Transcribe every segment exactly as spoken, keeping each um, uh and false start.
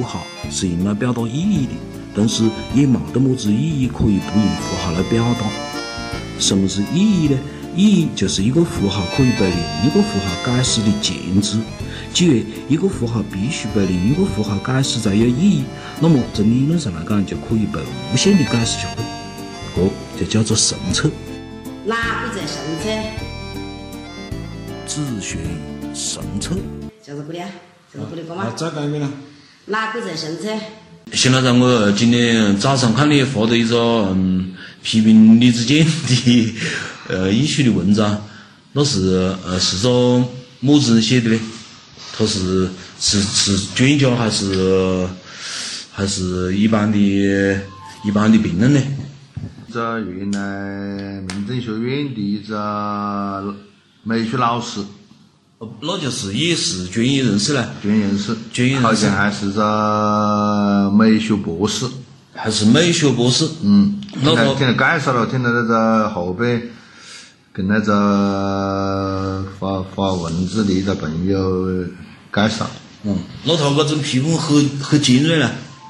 符号是用来表达意义的，但是也没得么子意义可以不用符号来表达。什么是意义呢？意义就是一个符号可以被另一个符号解释的前置。既然一个符号必须被另一个符号解释才有意义，那么从理论上来讲就可以被无限的解释下去，这就叫做神策。 哪个在神策？ 自学神策。 叫做不的，叫做不的讲嘛。 再讲一遍了。 哪个在神策？ 现在我今天早上看你发的一个嗯批评李志坚的呃医学的文章，那是呃是个么子人写的呢？他是是是专家还是还是一般的一般的病人呢？ 这原来民政学院的一个美术老师， 那就是也是专业人士了。 专业人士， 专业人士好像还是个美术博士， 还是美学博士。 嗯， 那他听了介绍了，听了那个后背跟那个发发文字的一个朋友介绍。 嗯，那他这种批评很很尖锐了。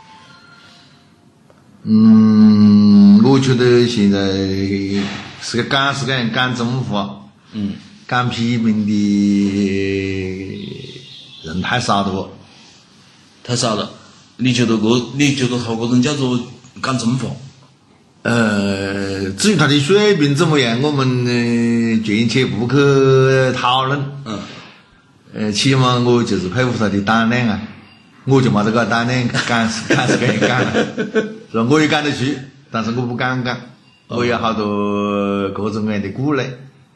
嗯，我觉得现在是个赶是个人赶政府， 嗯， 赶批评的人太少了不？ 太少了。你觉得个？你觉得他个人叫做赶政府？ 呃，至于他的水平怎么样，我们呃暂且不去讨论。 嗯。 呃，起码我就是佩服他的胆量啊！我就没这个胆量赶赶是个人赶了，是吧？我也赶得去，但是我不敢赶，我有好多各种各样的顾虑。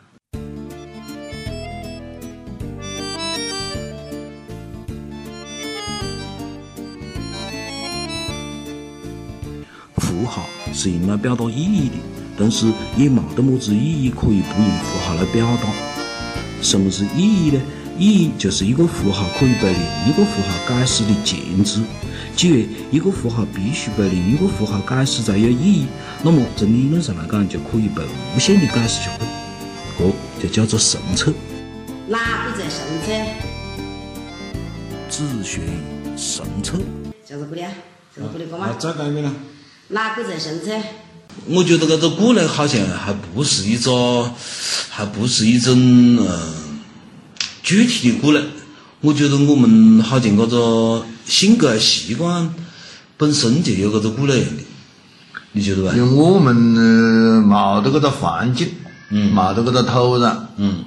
符号是用来表达意义的，但是也没得么子意义可以不用符号来表达。什么是意义呢？意义就是一个符号可以被另一个符号解释的前置。既然一个符号必须被另一个符号解释才有意义，那么从理论上来讲就可以被无限的解释下去，这就叫做神策。 哪个在神策？ 自学神策。 叫做不的，叫做不的讲嘛。 再讲一遍了。 哪个在神策？ 我觉得这个顾虑好像还不是一个，还不是一种呃具体的顾虑。我觉得我们好像这个性格习惯本身就有这个顾虑的，你觉得吧？ 因为我们呃没得这个环境， 嗯， 没得这个土壤， 嗯，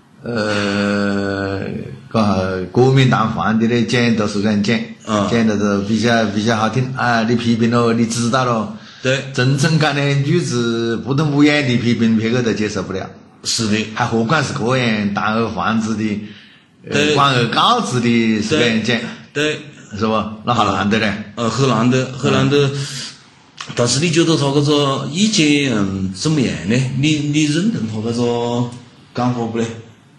呃，个国民党饭的呢讲都是这样讲， 嗯， 讲的都比较比较好听啊！你批评了，你知道了。 对， 真正讲两句子不痛不痒的批评，别个都接受不了。 是的， 还何况是这样堂而皇之的、 对， 广而告之的，是这样讲， 对， 是吧？那好难得嘞。 呃，很难得，很难得。但是你觉得他这个意见嗯怎么样呢？你你认同他这个讲法不呢？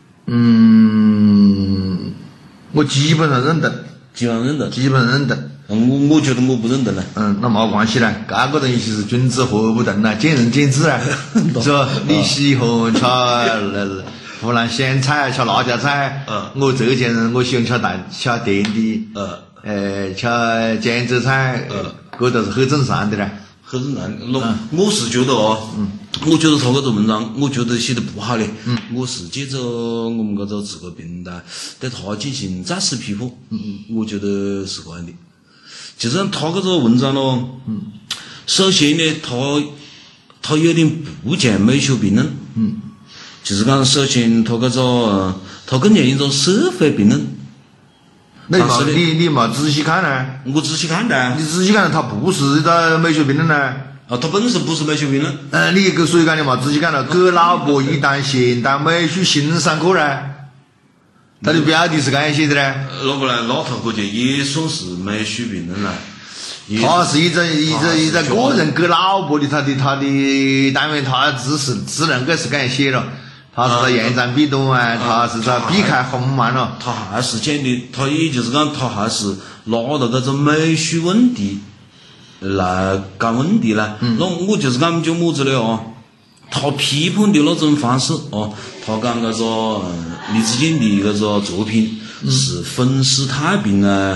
嗯，我基本上认同， 基本上认同， 基本上认同。 我我觉得我不认同了。 嗯，那没关系啦，这个东西是君子和不同啦，见仁见智啊，是吧？你喜欢吃呃湖南湘菜，吃辣椒菜， 嗯， 我浙江人，我喜欢吃淡吃甜的， 嗯， 呃，吃江浙菜， 嗯， 这都是很正常的啦。 很正常。那我是觉得哦，嗯，我觉得他这个文章，我觉得写得不好的，嗯，我是借着我们这个自个平台对他进行再次批判，嗯嗯，我觉得是这样的。就是他这个文章咯，嗯，首先呢，他他有点不讲美学评论，嗯，就是讲首先他这个他更像一种社会评论。 那你嘛，你你嘛仔细看呢？ 我仔细看的。 你仔细看，它不是一个美学评论呢。 啊，他本身不是美学评论。 嗯，你给所以讲你嘛仔细看了，给老婆一堂现代美术欣赏课呢。他的标题是这样写的呢。 那不然，那他这就也算是美术评论了。 他是一个一个一个个人给老婆的，他的他的单元，他只是只能够是这样写了。他是在扬长避短啊，他是在避开锋芒了。 他还是讲的，他也就是讲，他还是拿着这种美术问题来讲问题啦。那我就是讲就么子了哦。他批判的那种方式哦，他讲那个李志坚的那个作品是粉饰太平啊，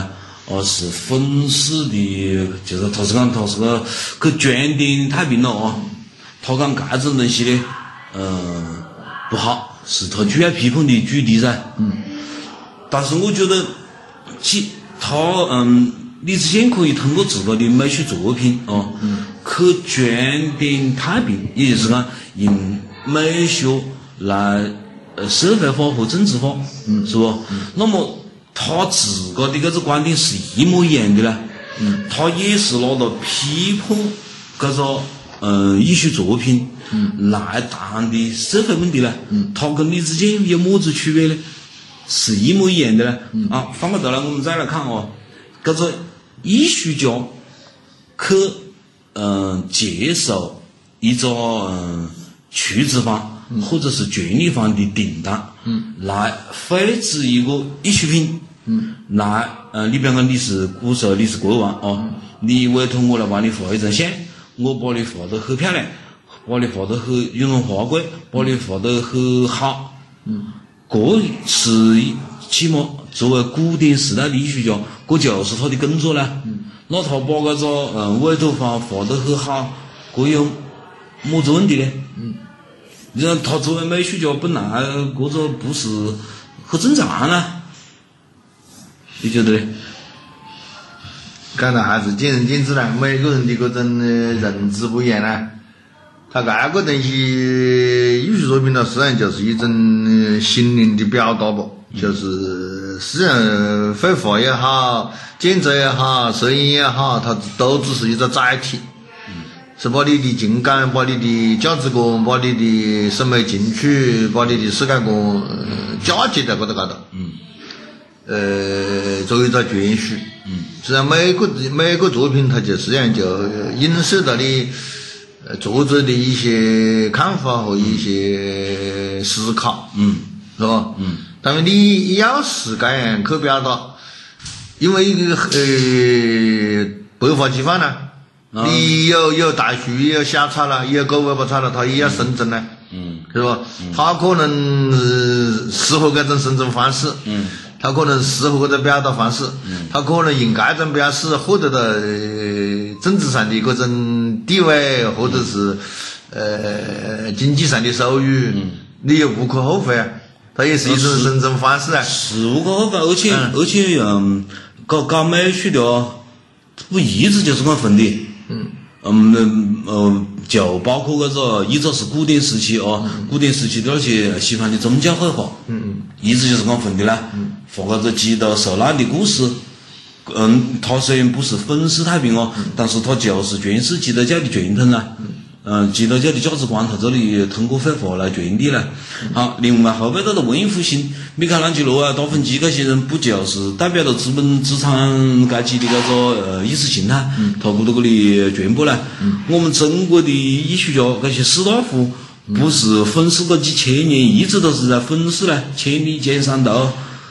而是粉丝的，就是他是讲他是个去观点太平了哦。他讲这种东西呢，嗯，不好，是他主要批判的主题噻。嗯。但是我觉得，其他嗯，李志坚可以通过自个的美术作品哦，嗯、去观点太平，也就是讲用美学来呃社会化和政治化，嗯，是不？嗯、那么他自个的这个观点是一模一样的呢，嗯，他也是拿到批判这个嗯艺术作品，嗯，来谈的社会问题呢，嗯，他跟李志坚有么子区别呢？是一模一样的呢。嗯、啊，反过头来我们再来看哦，这个艺术家去嗯、呃、接受一个嗯处置方、嗯、或者是权利方的订单，嗯，来绘制一个艺术品，嗯，来呃你比方讲你是古时候你是国王哦，嗯、你委托我来帮你画一张像，我把你画得很漂亮，把你画得很雍容华贵，把你画得很好，嗯。这是起码作为古典时代的艺术家，这就是他的工作了。嗯、那他把这个嗯委托方画得很好，这有么子问题呢？嗯，你看他作为美术家本来这个不是很正常呢？你觉得呢？ 讲到还是见仁见智啦，每个人的这种认知不一样啦。他这个东西，艺术作品呢，实际上就是一种心灵的表达吧，嗯、就是实际上绘画也好，建筑也好，摄影也好，它都只是一个载体，嗯、是把你的情感、把你的价值观、把你的审美情趣、把你的世界观呃嫁接在这个高头，嗯，呃，作为一个诠释，嗯，实际上每个每个作品，它就实际上就映射到你。呃，作者的一些看法和一些思考，嗯，是吧？嗯，但是你要是这样去表达，因为一个呃百花齐放呢，啊、你有有大树，也有小草了，也有狗尾巴草了，它也要生存呢，嗯，是吧？嗯、它可能、呃、适合这种生存方式，嗯。他可能适合这种表达方式，嗯、他可能用这种表示获得了、呃、政治上的各种地位，或者是呃经济上的收入，嗯、你也无可厚非啊。它也是一种生存方式啊。 是无可厚非，而且、嗯、而且嗯，搞搞美术的哦，不一直就是讲分的，嗯嗯呃，就包括那个一直是古典时期哦，嗯、古典时期的那些西方的宗教绘画，嗯嗯，一直就是讲分的啦。嗯画个基督受难的故事，嗯，他虽然不是粉饰太平哦，嗯、但是他就是诠释基督教的传统啦，嗯，嗯，基督教的价值观，他这里通过绘画来传递了。嗯、好，另外后背到了文艺复兴，米开朗基罗啊、达芬奇这些人，不就是代表了资本资产阶级的这个呃意识形态？嗯，他过到这里传播了。嗯，我们中国的艺术家这些士大夫，不是粉饰个几千年，一直都是在粉饰呢，千里江山头。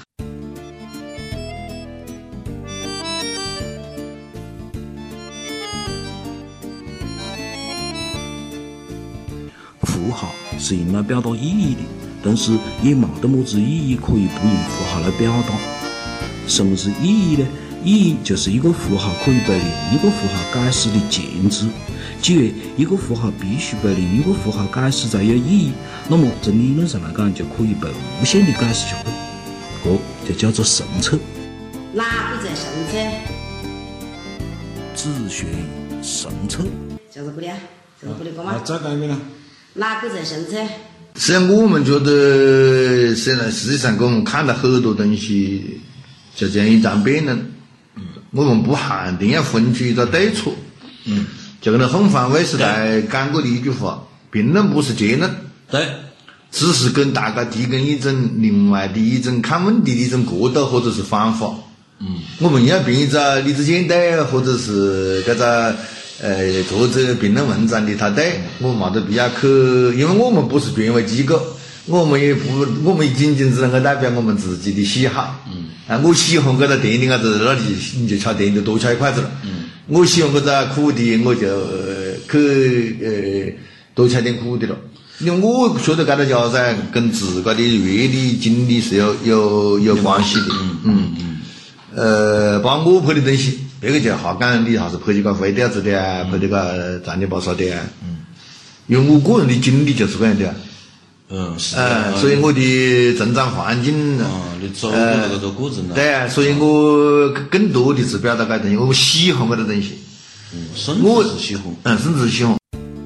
符号是用来表达意义的，但是也没得么子意义可以不用符号来表达。什么是意义呢？意义就是一个符号可以被另一个符号解释的前置。既然一个符号必须被另一个符号解释才有意义，那么从理论上来讲就可以被无限的解释下去，这就叫做神策。 哪个在神策？ 自学神策。 就是不的，就是不的讲嘛。 再讲一遍了。 哪个在神策？ 实际上我们觉得，实际上实际上我们看到很多东西，就这样一张辩论，嗯、我们不限定要分出一个对错。嗯，就跟那洪范卫时代讲过的一句话：辩论不是结论， 对， 只是跟大家提供一种另外的一种看问题的一种角度或者是方法。嗯，我们要评一个李志坚对，或者是这个。呃，作者评论文章的他对，我没得必要去，因为我们不是权威机构，我们也不，我们仅仅只能够代表我们自己的喜好。嗯。啊，我喜欢这个甜的，我在那里你就吃甜的多吃一筷子了。嗯。我喜欢这个苦的，我就、呃、去呃多吃点苦的了。因为我说的这个家噻，跟自个的阅历经历是有有有关系的。嗯嗯嗯。 呃，把我拍的东西，别个就好讲你啥子拍这个废掉子的啊，拍这个杂七八糟的啊。嗯。因为我个人的经历就是这样的啊。 嗯，是。 嗯，所以我的成长环境。 啊，你走过那个过程了。 对啊，所以我更多的是表达这东西，我喜欢这个东西。 嗯，甚至是喜欢。 嗯，甚至喜欢。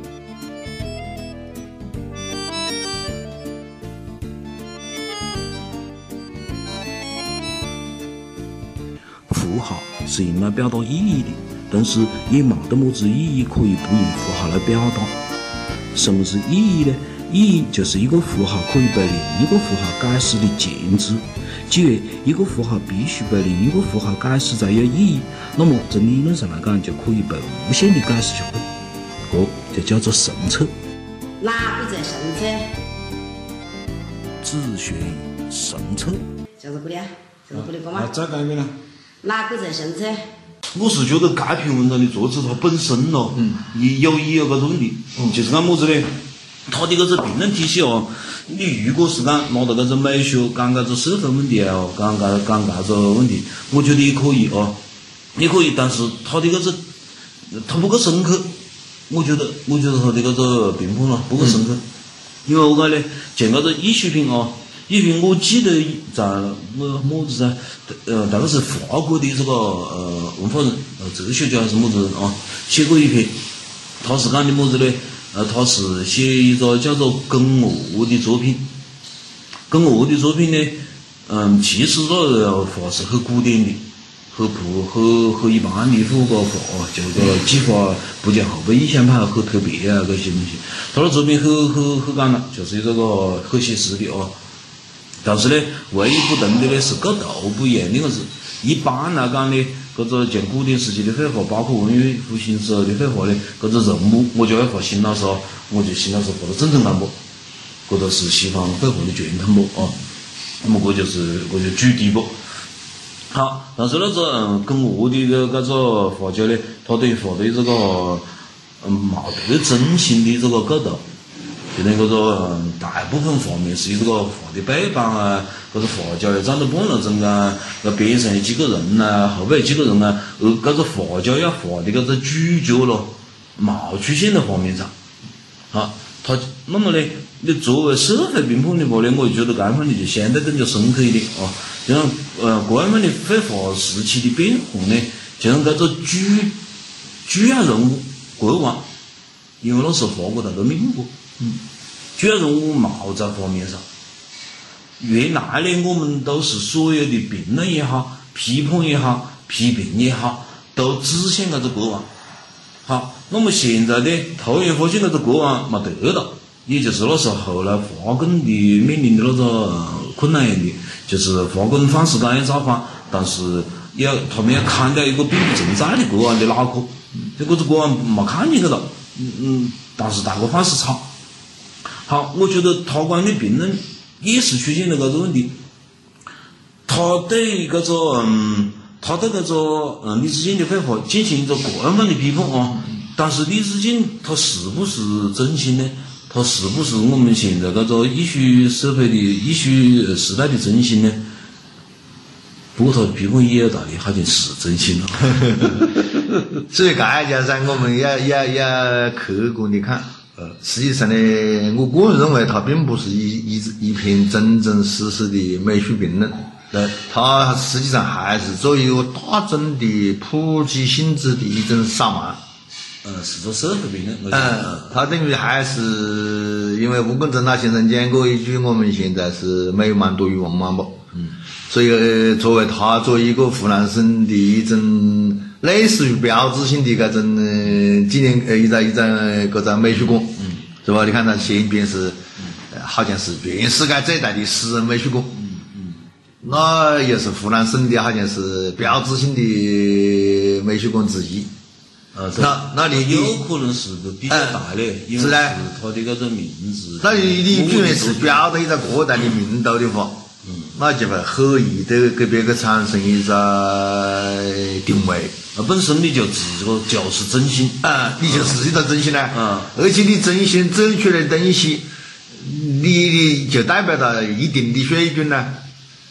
符号是用来表达意义的，但是也没得么子意义可以不用符号来表达。什么是意义呢？意义就是一个符号可以被另一个符号解释的前置。既然一个符号必须被另一个符号解释才有意义，那么从理论上来讲就可以被无限的解释下去，这就叫做神策。 哪个在神策？ 自学神策。 就是这里啊，就是这里个嘛。 再讲一遍呢？ 哪个在神策？ 我是觉得该篇文章的作者他本身咯，嗯，也有也有搿种问题，嗯，就是讲么子呢？他的搿个评论体系哦，你如果是讲拿到搿个美学讲搿个社会问题哦，讲搿讲搿个问题，我觉得也可以哦，也可以，但是他的搿个他不够深刻，我觉得我觉得他的搿个评判咯不够深刻，嗯、因为我讲呢，像搿个艺术品哦。因为我记得在么么子噻，呃，大概是法国的这个呃文化人呃哲学家还是么子人啊，写过一篇，他是讲的么子呢？呃，他是写一个叫做更恶的作品，更恶的作品呢，嗯，其实这个画是很古典的，很不很很一般的风格画，这个技法不像后边意象派很特别啊，这些东西，他的作品很很很简单，就是这个很写实的哦。但是呢，唯一不同的呢是构图不一样的个是。一般来讲呢，搿个像古典时期的绘画，包括文艺复兴时候的绘画呢，搿个人物我就要画辛老师哦，我就辛老师画得正正当当，搿个是西方绘画的传统不哦。那么搿就是搿就主题不。好，但是那个嗯更恶的搿个画家呢，他对画对这个嗯冇得真心的这个构图。就那个个大部分画面是以这个画的背板啊，或者画家又站在半路中啊，那边上有几个人啊，后边有几个人啊，而搿个画家要画的搿个主角咯，冇出现在画面上。好，他那么呢，你作为社会评判的话呢，我就觉得这方面就相对更加深刻一点哦。就像呃，这方面的绘画时期的变化呢，就像搿个主主要人物国王，因为那时候法国大革命过。嗯，主要人物冇在画面上。原来呢，我们都是所有的评论也好、批判也好、批评也好，都指向搿个国王。好，那么现在呢，突然发现搿个国王没得了，也就是那时候后来法军的面临的那个困难的，就是法军放肆干要造反，但是要他们要砍掉一个并不存在的国王的脑壳，这个国王没看见去了，嗯嗯，但是大家放肆吵。好，我觉得他关于评论也是出现了搿个问题。他对搿个嗯，他对搿个嗯李志坚的绘画进行一个官方的批判啊，但是李志坚他是不是真心呢？他是不是我们现在搿个艺术社会的艺术时代的真心呢？不过他批判也有道理，好像是真心了。 所以搿一件噻，我们要要要客观的看。呃，实际上呢，我个人认为它并不是一一一篇真真实实的美术评论，对，它实际上还是作为一个大众的普及性质的一种扫盲。 嗯，是做社会评论。 嗯，它等于还是因为吴冠中老先生讲过一句，我们现在是美漫多于文漫不？嗯，所以、呃、作为他作为一个湖南省的一种。类似于标志性的搿种呃纪念呃一个一个搿种美术馆，嗯，是吧？你看它前边是，呃，好像是全世界最大的私人美术馆，嗯嗯，那也是湖南省的好像是标志性的美术馆之一。 呃， 那那你有可能是个比较大的，因为是它的搿个名字。 那你你居然是表达一个国大的名头的话，嗯，那就会很易的给别个产生一个定位。 啊，本身你就自个就是真心啊，你就是一个真心呢， 啊， 而且你真心走出来的东西，你就代表了一定的水准呢，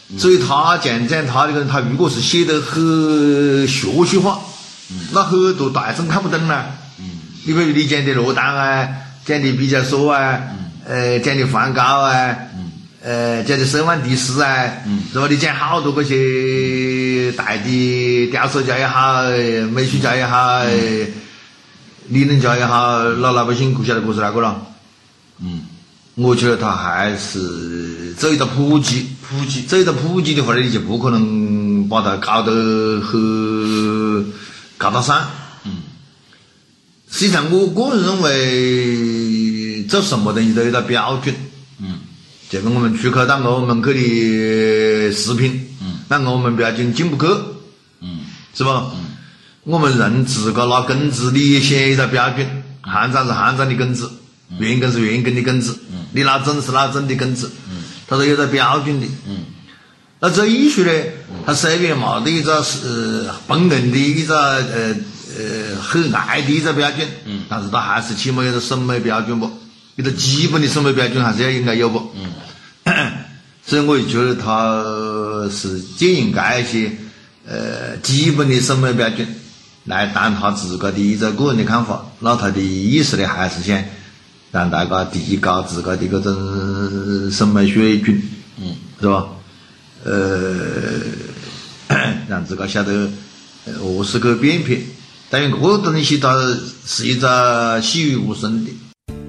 所以他渐渐他这个人，他如果是写得很学术化，那很多大众看不懂啦。你比如你讲的落单啊，讲的毕加索啊，呃，讲的梵高啊，呃，讲的舍万迪斯啊，是吧？你讲好多这些大的雕塑家也好，美术家也好，理论家也好，老老百姓不晓得不是那个了。嗯，我觉得他还是走一个普及， 普及， 走一个普及的话呢，你就不可能把它搞得很高大上。嗯，实际上我个人认为，做什么东西都有一个标准。嗯，就跟我们出口到欧盟去的食品，嗯，那欧盟标准进不去，嗯，是吧？嗯，我们人自个拿根子，你也写一个标准，汉章是汉章的根子。原根是原根的根子，嗯、你哪种是哪种的根子，嗯、它是有个标准的。嗯、那这艺术呢，它虽然没得一个是本能的一个呃呃很爱的一个标准，嗯、但是它还是起码有个审美标准不，一个基本的审美标准还是要应该有不。嗯、所以我就觉得它是就应该一些呃基本的审美标准来当他自个的一个个人的看法，那他的意思呢还是想让大家提高自个的这种审美水准，嗯，是吧？呃，让自个晓得何时去辨别，但是这个东西它是一个细雨无声的。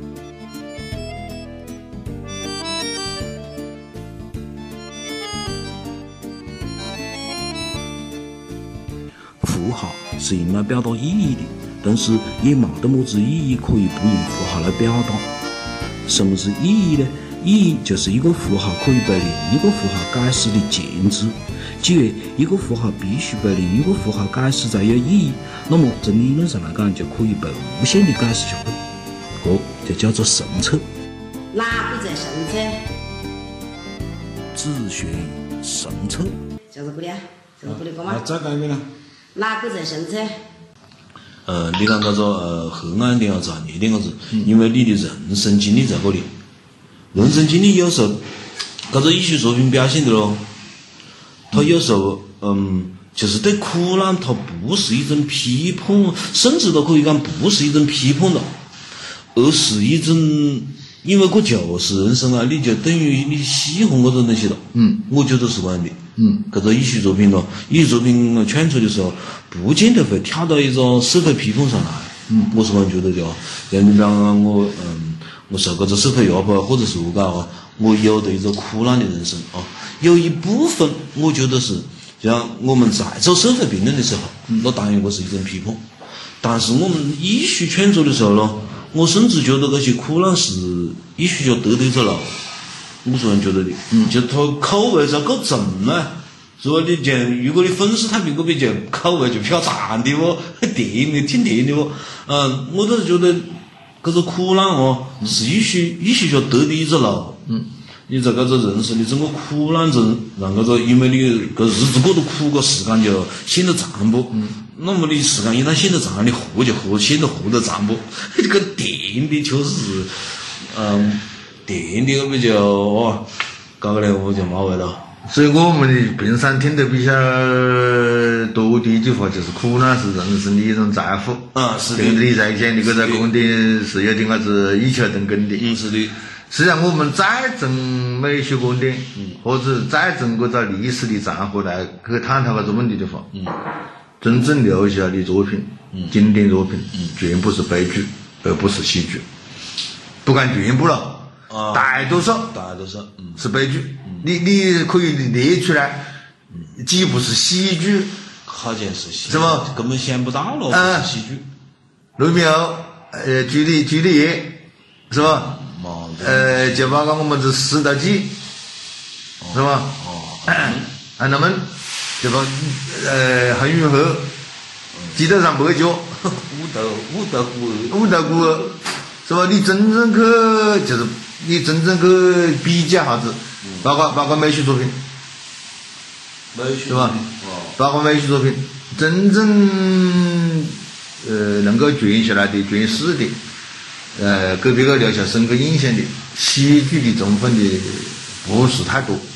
符号是用来表达意义的，但是也没得么子意义可以不用符号来表达。什么是意义呢？意义就是一个符号可以被另一个符号解释的限制。既然一个符号必须被另一个符号解释才有意义，那么从理论上来讲就可以被无限的解释下去，这就叫做神策。 哪个在神策？ 自学神策。 就是不的，就是不的哥嘛。 再讲一遍了。 哪个在神策？ 呃，你讲这个呃黑暗点啊，惨烈点个子，因为你的人生经历在这里，人生经历有时候，这个艺术作品表现的咯，它有时候嗯，就是对苦难，它不是一种批判，甚至都可以讲不是一种批判了，而是一种，因为这就是人生啊，你就等于你喜欢这种东西了。嗯，我觉得是这样的。嗯，这个艺术作品咯，艺术作品创出的时候，不见得会跳到一个社会批判上来。嗯，我是这样觉得的哦。像你比方讲我，嗯，我受这个社会压迫，或者是何个哦，我有的一个苦难的人生哦，有一部分我觉得是，像我们在做社会评论的时候，那当然我是一种批判，但是我们艺术创作的时候咯，我甚至觉得这些苦难是艺术家得到一个路。我是这样觉得的，嗯，就他口味要够重啊，是吧？你讲，如果你粉饰太平，这边就口味就飘长的哦，甜的挺甜的哦，嗯，我都是觉得这个苦难哦，是艺术艺术家得的一个路，嗯，你在这个人生的整个苦难中，让这个因为你这日子过得苦，个时间就显得长不，嗯，那么你时间一旦显得长，你活就活，显得活得长不，这个甜的确实，嗯。甜的我就哦，搞个来我就没味道。 所以我们的平常听得比较多的一句话就是苦难是人生的一种财富。啊，是的。你在讲的这个观点是有点啥子异曲同工的。 嗯，是的。 实际上我们再从美学观点，嗯，或者再从这个历史的长河来去探讨这个问题的话，嗯，真正留下的作品，嗯，经典作品，嗯，全部是悲剧，而不是喜剧。不管全部了。啊，大多数， 大多数，嗯， 是悲剧。嗯、你你可以列出来，嗯、几部是喜剧， 好像是喜剧， 是吧？ 根本想不到了， 嗯、 是喜剧。 罗密欧，呃，朱丽朱丽叶，是吧？ 嗯、 呃，就包括我们这石头记， 哦、 是吧？ 哦， 安娜们，就把呃恒运河，基督上跛脚， 五斗五斗孤五斗孤儿，是吧？你真正去就是。你真正去比较下子，包括包括美术作品， 美术是吧？包括美术作品，真正呃能够传下来的、传世的，呃给别个留下深刻印象的，喜剧的成分的不是太多，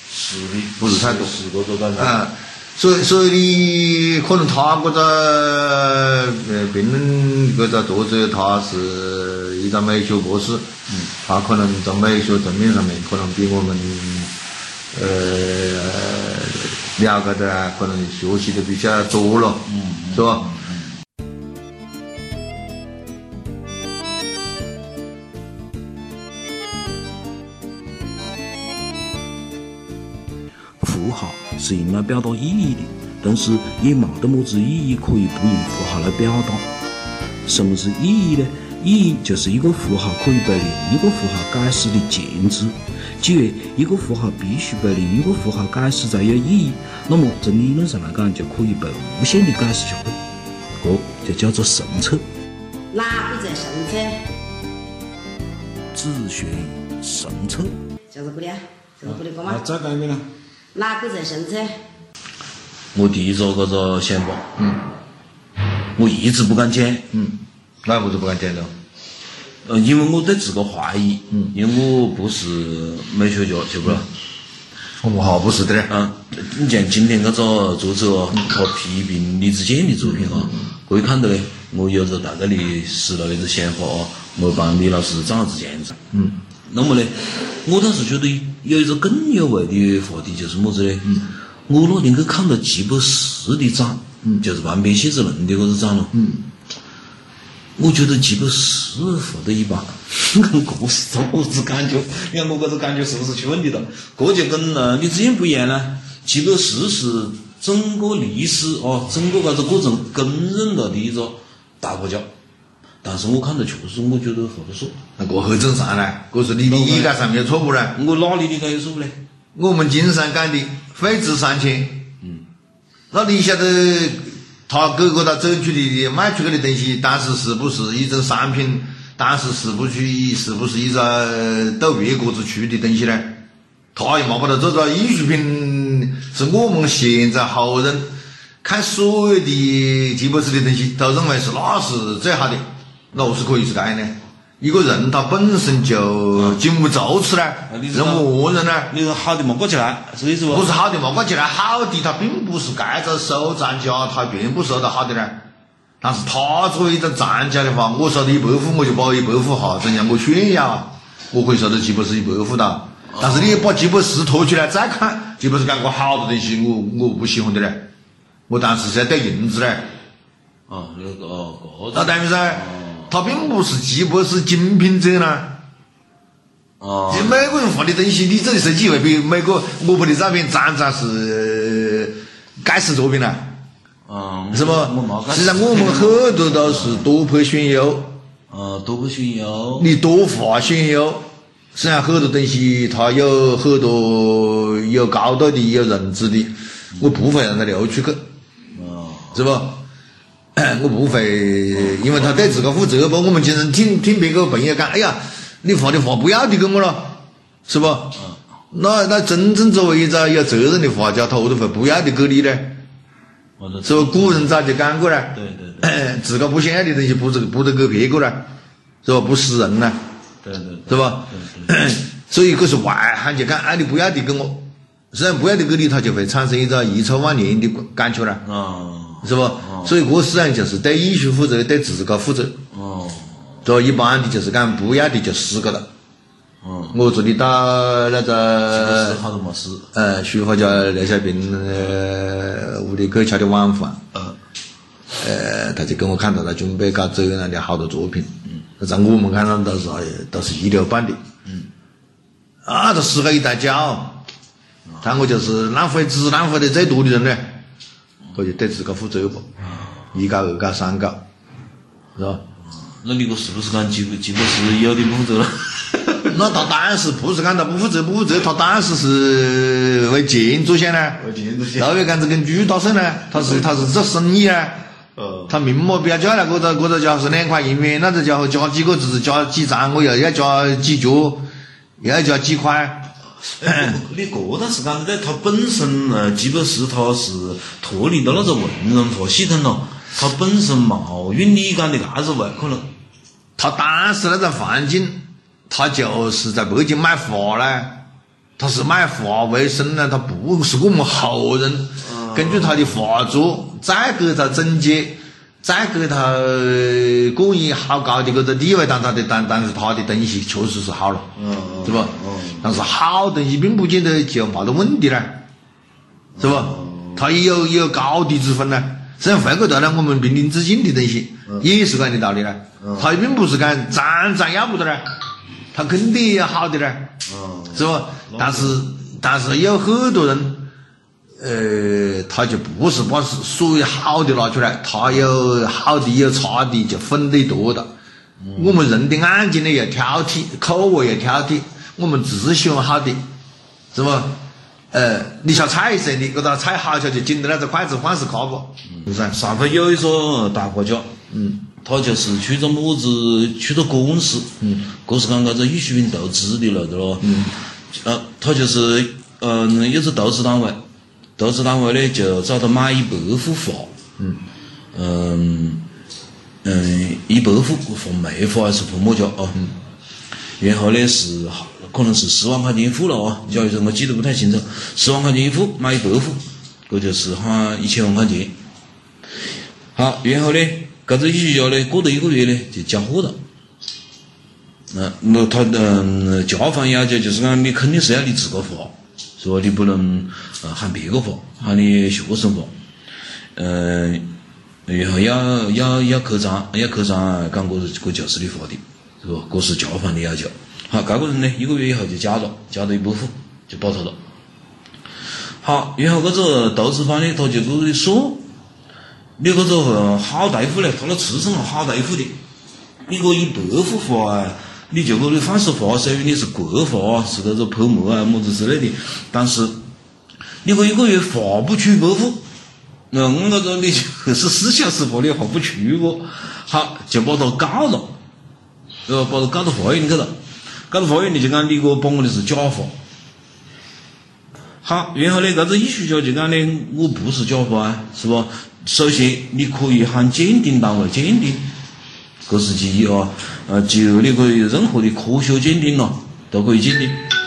是的， 不是太多， 十个都干啥？ 啊，所以所以你可能他这个呃病人这个作者他是一个美学博士，嗯，他可能在美学层面上面可能比我们呃了解的可能学习的比较多了，嗯，是吧？ 符号是用来表达意义的，但是也没得么子意义可以不用符号来表达。什么是意义呢？意义就是一个符号可以被另一个符号解释的介质。既然一个符号必须被另一个符号解释才有意义，那么从理论上来讲就可以被无限的解释下去，这就叫做神策。 哪个在神策？ 自学神策。 就是不的，就是不的讲嘛。 再讲一遍呢？ 哪个在神策？ 我第一个这个想法，嗯，我一直不敢讲， 嗯，那为什么不敢讲呢？ 呃，因为我对自个怀疑，嗯，因为我不是美学家，晓不啦？ 我们哈不是的嘞。 嗯，你像今天这个作者他批评李志健的作品啊，可以看到嘞，我有着大概的十来个想法啊，我帮李老师找子这样子。嗯，那么呢，我倒是觉得有一个更有味的话题就是么子呢？嗯，我那天去看了齐白石的展，嗯，就是万变写字论的嗰个展了。嗯。我觉得齐白石画的一把，跟这是我子感觉，你看我这个感觉是不是出问题了？这就跟呃李志健不一样了。齐白石是整个历史啊，整个这个过程公认了的一个大国家，但是我看到确实我觉得画得错。 那个很正常嘞，这是你理解上面错误嘞。 我哪里理解有错误嘞？ 我们经常讲的非值三千，嗯，那你晓得？他给个他走出的卖出去的东西，当时是不是一种商品？当时是不是是不是一个到别国子出的东西呢？他也没把它做个艺术品，是我们现在后人看所有的齐白石的东西，都认为是那是最好的，那是可以是这样的。一个人他本身就经不住此呢，人磨人呢。 你说好的没挂起来，是意思不？ 不是好的没挂起来，好的他并不是盖着收藏家，他并不收到好的呢。但是他作为一个藏家的话，我收到一百幅，我就把一百幅哈，怎样我炫耀，我可以收到齐白石一百幅的。但是你把齐白石拖出来再看，齐白石讲过好多东西，我我不喜欢的嘞。我当时是要对银子嘞。 哦，那个哦， 那对不噻？他并不是齐白石精品者呢。 哦。 其实每个人画的东西，你这里设计会比每个我拍的照片常常是盖世作品呢。 嗯。 是不？实际上我们很多都是多拍选优。 呃，多拍选优。 你多画选优，实际上很多东西它有很多有高度的、有认知的，我不会让它流出去。 哦。 是不？我不会，因为他对自个负责不？我们经常听听别个朋友讲，哎呀，你画的画不要的给我了，是不？嗯、那那真正作为一个有责任的画家，他何都会不要的给你呢？是不？古人早就讲过了， 对对对， 自个不想要的东西不得不得给别个了，是吧？不识人呢， 对对， 是吧？对对所以这是外行就讲，哎，你不要的给我，实际上不要的给你，他就会产生一个遗臭万年的感觉了。 啊。 是不？哦、所以这实际上就是对艺术负责，对自个负责。 哦。 这一般的就是讲不要的就死个了。 嗯。 我这里到那个。 好多没事。 呃，书法家刘小平呃屋里去吃的晚饭。 嗯。 呃，他就跟我看到他准备搞展览的好多作品。嗯。在我们看到都是都是一流版的。嗯。啊，这死了一大跤。看我就是浪费纸浪费的最多的人呢。我就对自个负责吧，一搞二搞三搞，是吧？ 那你个是不是讲齐齐白石有的不负责了？ 那他当然是不是讲他不负责不负责，他当然是是为钱着想呢， 为钱着想。 老别讲这跟猪打胜呢，他是他是做生意啊， 呃， 他明码标价了，这个这个家伙是两块一元，那这家伙加几个字加几张，我又要加几角，又要加几块。 你这倒是讲的，他本身呃，齐白石他是脱离到那个文人画系统了，他本身冇用你讲的啥子外可能。 他当时那种环境，他就是在北京卖画呢， 他是买华为生呢，他不是我们后人根据他的画作再给他整洁，再给他过以好高的这个地位，但他的但但是他的东西确实是好了，是吧？但是好东西并不见得就没得问题呢，是吧？它也有也有高低之分呢。虽然换个头呢，我们平顶之境的东西也是这样的道理呢，它并不是讲张张要不得呢，它肯定也有好的呢，是吧？但是但是有很多人，呃，他就不是把所有好的拿出来，他有好的有差的就分得多的。我们人的眼睛呢要挑剔，口味要挑剔，我们只喜欢好的，是吧？呃，你像菜色，你给他菜好下去，紧着那个筷子换是卡不？是噻。 上回有一所大国家，嗯，他就是取着么子，取着公式，嗯，各是讲搿个乙烯丙斗制的了的咯，嗯，呃，他就是嗯，有个斗制单位，斗制单位呢就找他买一百幅画，嗯，嗯嗯，一百幅画梅花还是画么家啊？嗯，然后呢是。可能是十万块钱一幅了哦，假如说我记得不太清楚，十万块钱一幅买一百幅，这就是哈一千万块钱。好，然后呢，搿个艺术家呢，过了一个月呢就交货了。嗯，那他嗯，甲方要求就是讲你肯定是要你自个画，是吧？你不能呃喊别个画，喊你学生画。嗯，然后要要要刻章，要刻章，讲这是这就是你画的，是吧？这是甲方的要求。好，这个人呢，一个月以后就交了，交了一百幅，就报酬了。好，然后这个投资方呢，他就给你说，你这个好大夫呢，他那吃成了好大夫的，你个一百幅画啊，你就给你放手画，虽然你是国画，是这个泼墨啊，么子之类的，但是你个一个月画不出一百幅，那我那个你就是四小时画你画不出不，好，就把他告了，呃，把他告到法院去了。搞到法院，你就讲你给我帮我的是假画。好，然后呢，这个艺术家就讲呢，我不是假画啊，是吧？首先，你可以喊鉴定单位鉴定，这是其一啊。呃，就你可以任何的科学鉴定咯，都可以鉴定。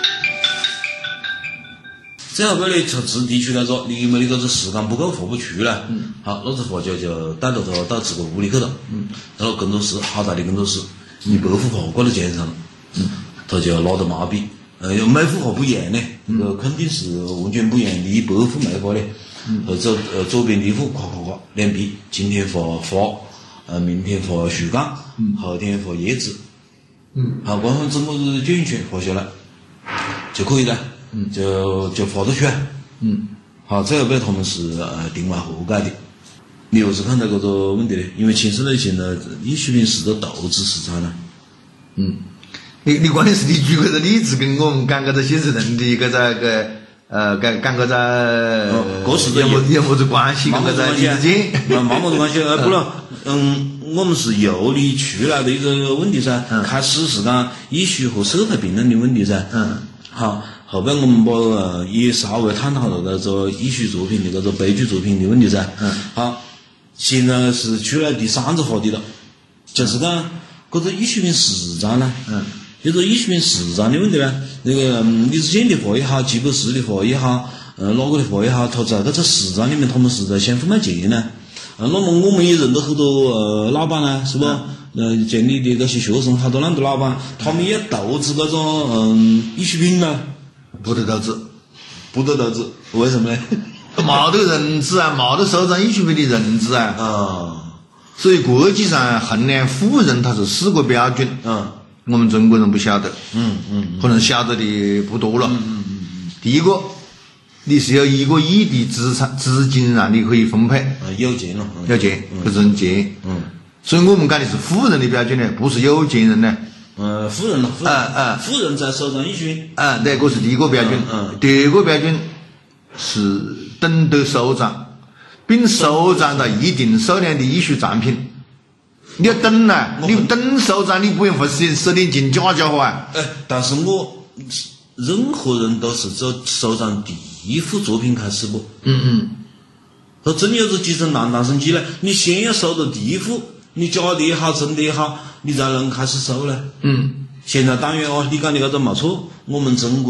最后个呢，他只提出来说，你因为你这个时间不够画不出来，嗯，好，那个画家就带着他到自个屋里去了，嗯，到了工作室，好大的工作室，一百幅画挂在墙上了，嗯。他就拿着毛笔，呃，每幅画不一样呢，这个肯定是完全不一样的。一百幅梅花呢，呃，左呃左边的一幅，夸夸夸，两笔，今天画花，呃，明天画树干，后天画叶子，嗯，好，光整个是卷圈画下来就可以了，嗯，就就画得出来，嗯，好，最后被他们是呃庭外和解的。你又是看到这个问题呢？因为其实呢，现在艺术品是个投资市场呢，嗯。 你你关键是你举个例子跟我们讲个这写实人的个这个呃讲讲个这有么有么子关系？跟个这李子健， 没么子关系，呃不了，嗯，我们是由里出来的一个问题噻。开始是讲艺术和社会评论的问题噻。嗯，好，后边我们把呃也稍微探讨了那个艺术作品的那个悲剧作品的问题噻。嗯，好，现在是出来第三个话题了，就是讲这个艺术品市场呢。嗯。就是艺术品市场的问题呢，那个李子健的画也好，吉布斯的画也好，呃，哪个的画也好，他在这个市场里面，他们是在相互卖钱呢。呃，那么我们也认得很多呃老板呢，是吧？呃，像你的那些学生，好多那的老板，他们也投资这种嗯艺术品呢， 不得投资， 不得投资，为什么呢？ 没得认知啊，没得收藏艺术品的认知啊。 啊， 所以国际上衡量富人，它是四个标准。嗯。我们中国人不晓得，嗯嗯，可能晓得的不多了。嗯嗯嗯。第一个，你是有一个亿的资产资金让你可以分配， 啊，有钱了， 有钱，不是人钱。嗯。所以我们讲的是富人的标准呢，不是有钱人呢。 呃，富人了，富人， 啊啊， 富人在收藏艺术品。 啊，对，这是第一个标准。嗯。第二个标准是懂得收藏，并收藏到一定数量的艺术产品。你要懂啊，你懂收藏，你不用费时使点劲假假话啊。 哎，但是我任何人都是走收藏第一幅作品开始不？嗯嗯。他真有这几层难诞生机呢？你先要收到第一幅，你假的也好，真的也好，你才能开始收呢。嗯。现在当然哦，你讲的这个没错，我们中国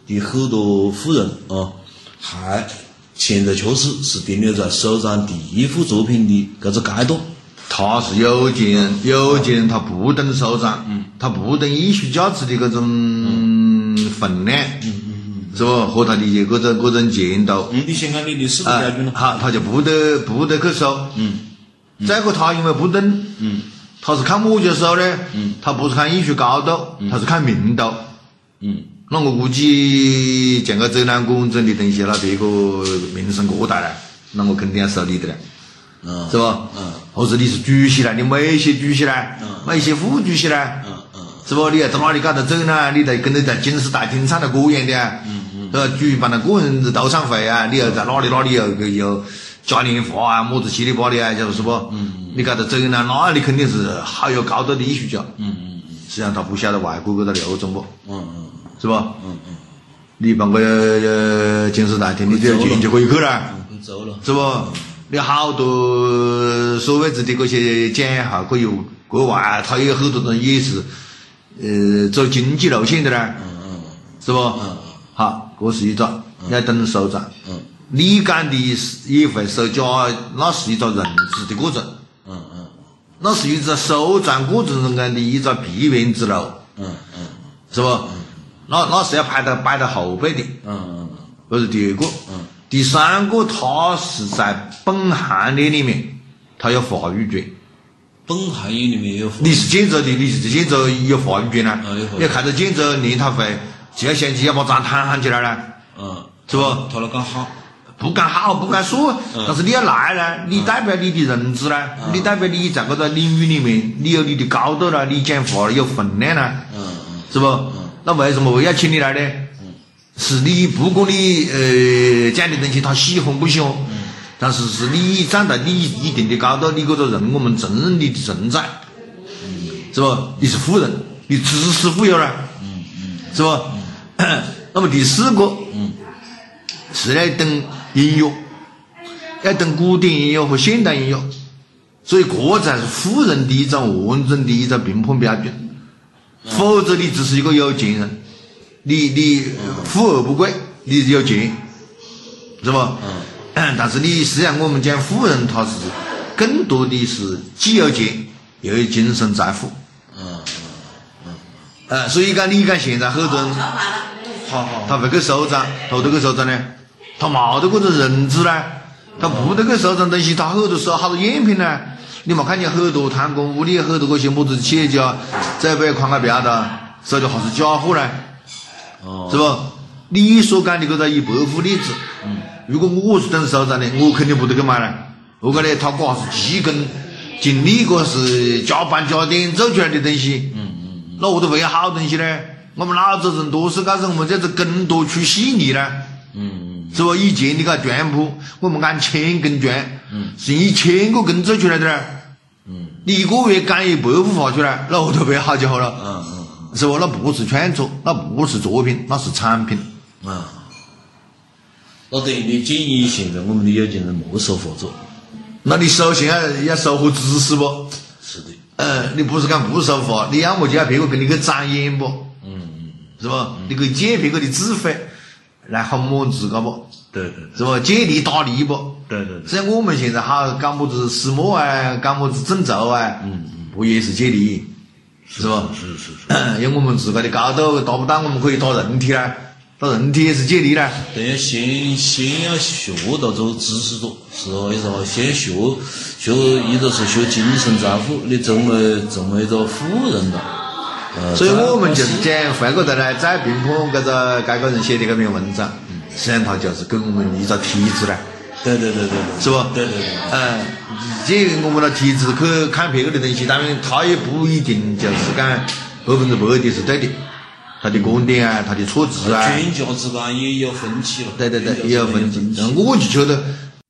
的很多富人啊，还现在确实是停留在收藏第一幅作品的这个阶段。 他是有钱人，有钱人他不懂收藏，嗯，他不懂艺术价值的这种分量，嗯嗯是不？和他的各种各种限度。 嗯，你先看你的世界标准了。 好，他就不得不得去收。嗯。再一个，他因为不懂，嗯，他是看么就收呢？嗯，他不是看艺术高度，他是看名度。嗯。那我估计像个展览馆这的东西，那别个名声过大了，那我肯定要收你的了。嗯，是吧？嗯，或者你是主席了，你美协主席了，嗯，美协副主席了，嗯嗯，是吧？你要在哪里搞得整呢？你在跟着在金石大厅唱的歌一样的啊，嗯嗯，是吧？举办了个人斗唱会啊，你要在哪里哪里有有嘉年华啊，么子七里八里啊，就是不？嗯嗯，你搞得整呢，那你肯定是好有高度的艺术家。嗯嗯嗯，实际上他不晓得外国给他流中不？嗯嗯，是吧？嗯嗯，你办个呃金石大厅，你只要进就可以去了， 可以走了， 是不？有好多所谓的这些奖哈，可以国外，他也有很多人也是，呃，走经济路线的啦，嗯嗯，是不？嗯，好，这是一个，你要懂收藏。嗯，你讲的也会收假，那是一个认知的过程。嗯嗯，那是一个收藏过程中间的一个必经之路。嗯嗯，是不？嗯，那那是要排到摆到后背的。嗯嗯，这是第二个。嗯。第三个，它是在本行业里面，它有话语权。 本行业里面有。 你是建筑的，你是建筑有话语权啦。你要看到建筑研讨会，就要想起要把账摊喊起来了。嗯，是不？ 他那讲好， 不敢好，不敢说，但是你要来了，你代表你的认知啦，你代表你在这个领域里面，你有你的高度啦，你讲话有分量啦。嗯嗯，是不？那为什么会要请你来呢？是你不过你呃讲的东西他喜欢不喜欢，嗯、但是是你站在你一定的高度，你这个人我们承认你的存在，嗯、是吧？你是富人，你知识富有了，嗯嗯、是吧？嗯、那么第四个，嗯、是要懂音乐，要懂古典音乐和现代音乐，所以这才是富人的一种完整的一个评判标准，嗯、否则你只是一个有钱人。你你富而不贵，你有钱，是吧？嗯。但是你实际上我们讲富人，他是更多的是既有钱又有精神财富。嗯嗯嗯。呃，所以讲你讲现在很多人，好好，他会去收藏，他会去收藏呢，他冇得这种认知呢，他不得去收藏东西，他很多时候好多赝品呢。你冇看见很多贪官污吏，很多这些么子企业家在被框个标的，收的还是假货呢？哦，是不？你所讲的这个一百户例子，嗯，如果我是懂收藏的，我肯定不得去买了。何个呢？他这还是技工经理，个是加班加点做出来的东西。嗯嗯嗯。那我都为好东西呢？我们老子人多是告诉我们这是工多出细腻呢。嗯嗯。是不？以前你看砖铺，我们按千根砖，嗯，是一千个根做出来的呢。嗯。你一个月赶一百户发出来，那我都为好就好了。嗯嗯。是吧？那不是创作，那不是作品，那是产品啊。 那等于你建议现在我们的有钱人莫收合作。 那你首先要要收获知识不？ 是的。 嗯，你不是讲不收获，你要么就要别个给你去展演不？嗯嗯，是吧？嗯、你可以借别个的智慧来弘扬自个不？ 对对。 是吧？借力打力不？ 对对。 像我们现在好搞么子石墨啊，搞么子整轴啊，嗯嗯，不也是借力？是吧？ 是是是， 因为我们自个的高度达不到，我们可以打人体啦，打人体也是借力啦。 等要先先要学到做知识做，是这意思吧？先学学，一个是学精神财富，你成为成为一个富人了。呃、 所以我们就是讲换过头来再评判这个这个人写的这篇文章，嗯、实际上他就是给我们一个提示啦。 对对对对， 是吧？ 对对对。 嗯，这我们的提示去看别个的东西，当然他也不一定就是讲百分之百的是对的，他的观点啊，他的措辞啊， 全价值观也有分歧了。 对对对，也有分歧。我就觉得，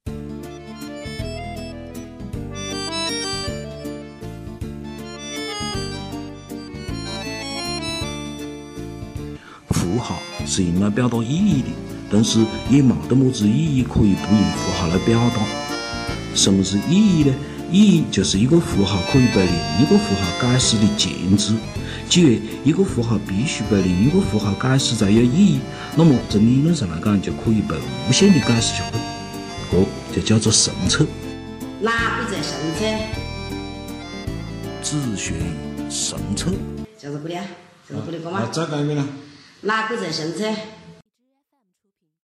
符号是用来表达意义的。但是也没得么子意义可以不用符号来表达。什么是意义呢？意义就是一个符号可以被另一个符号解释的前置， 既然一个符号必须被另一个符号解释才有意义，那么从理论上来讲就可以被无限的解释下去，这就叫做神策。 哪个在神策？ 自学神策。 就是不的，就是不的讲嘛。 再讲一遍了。 哪个在神策？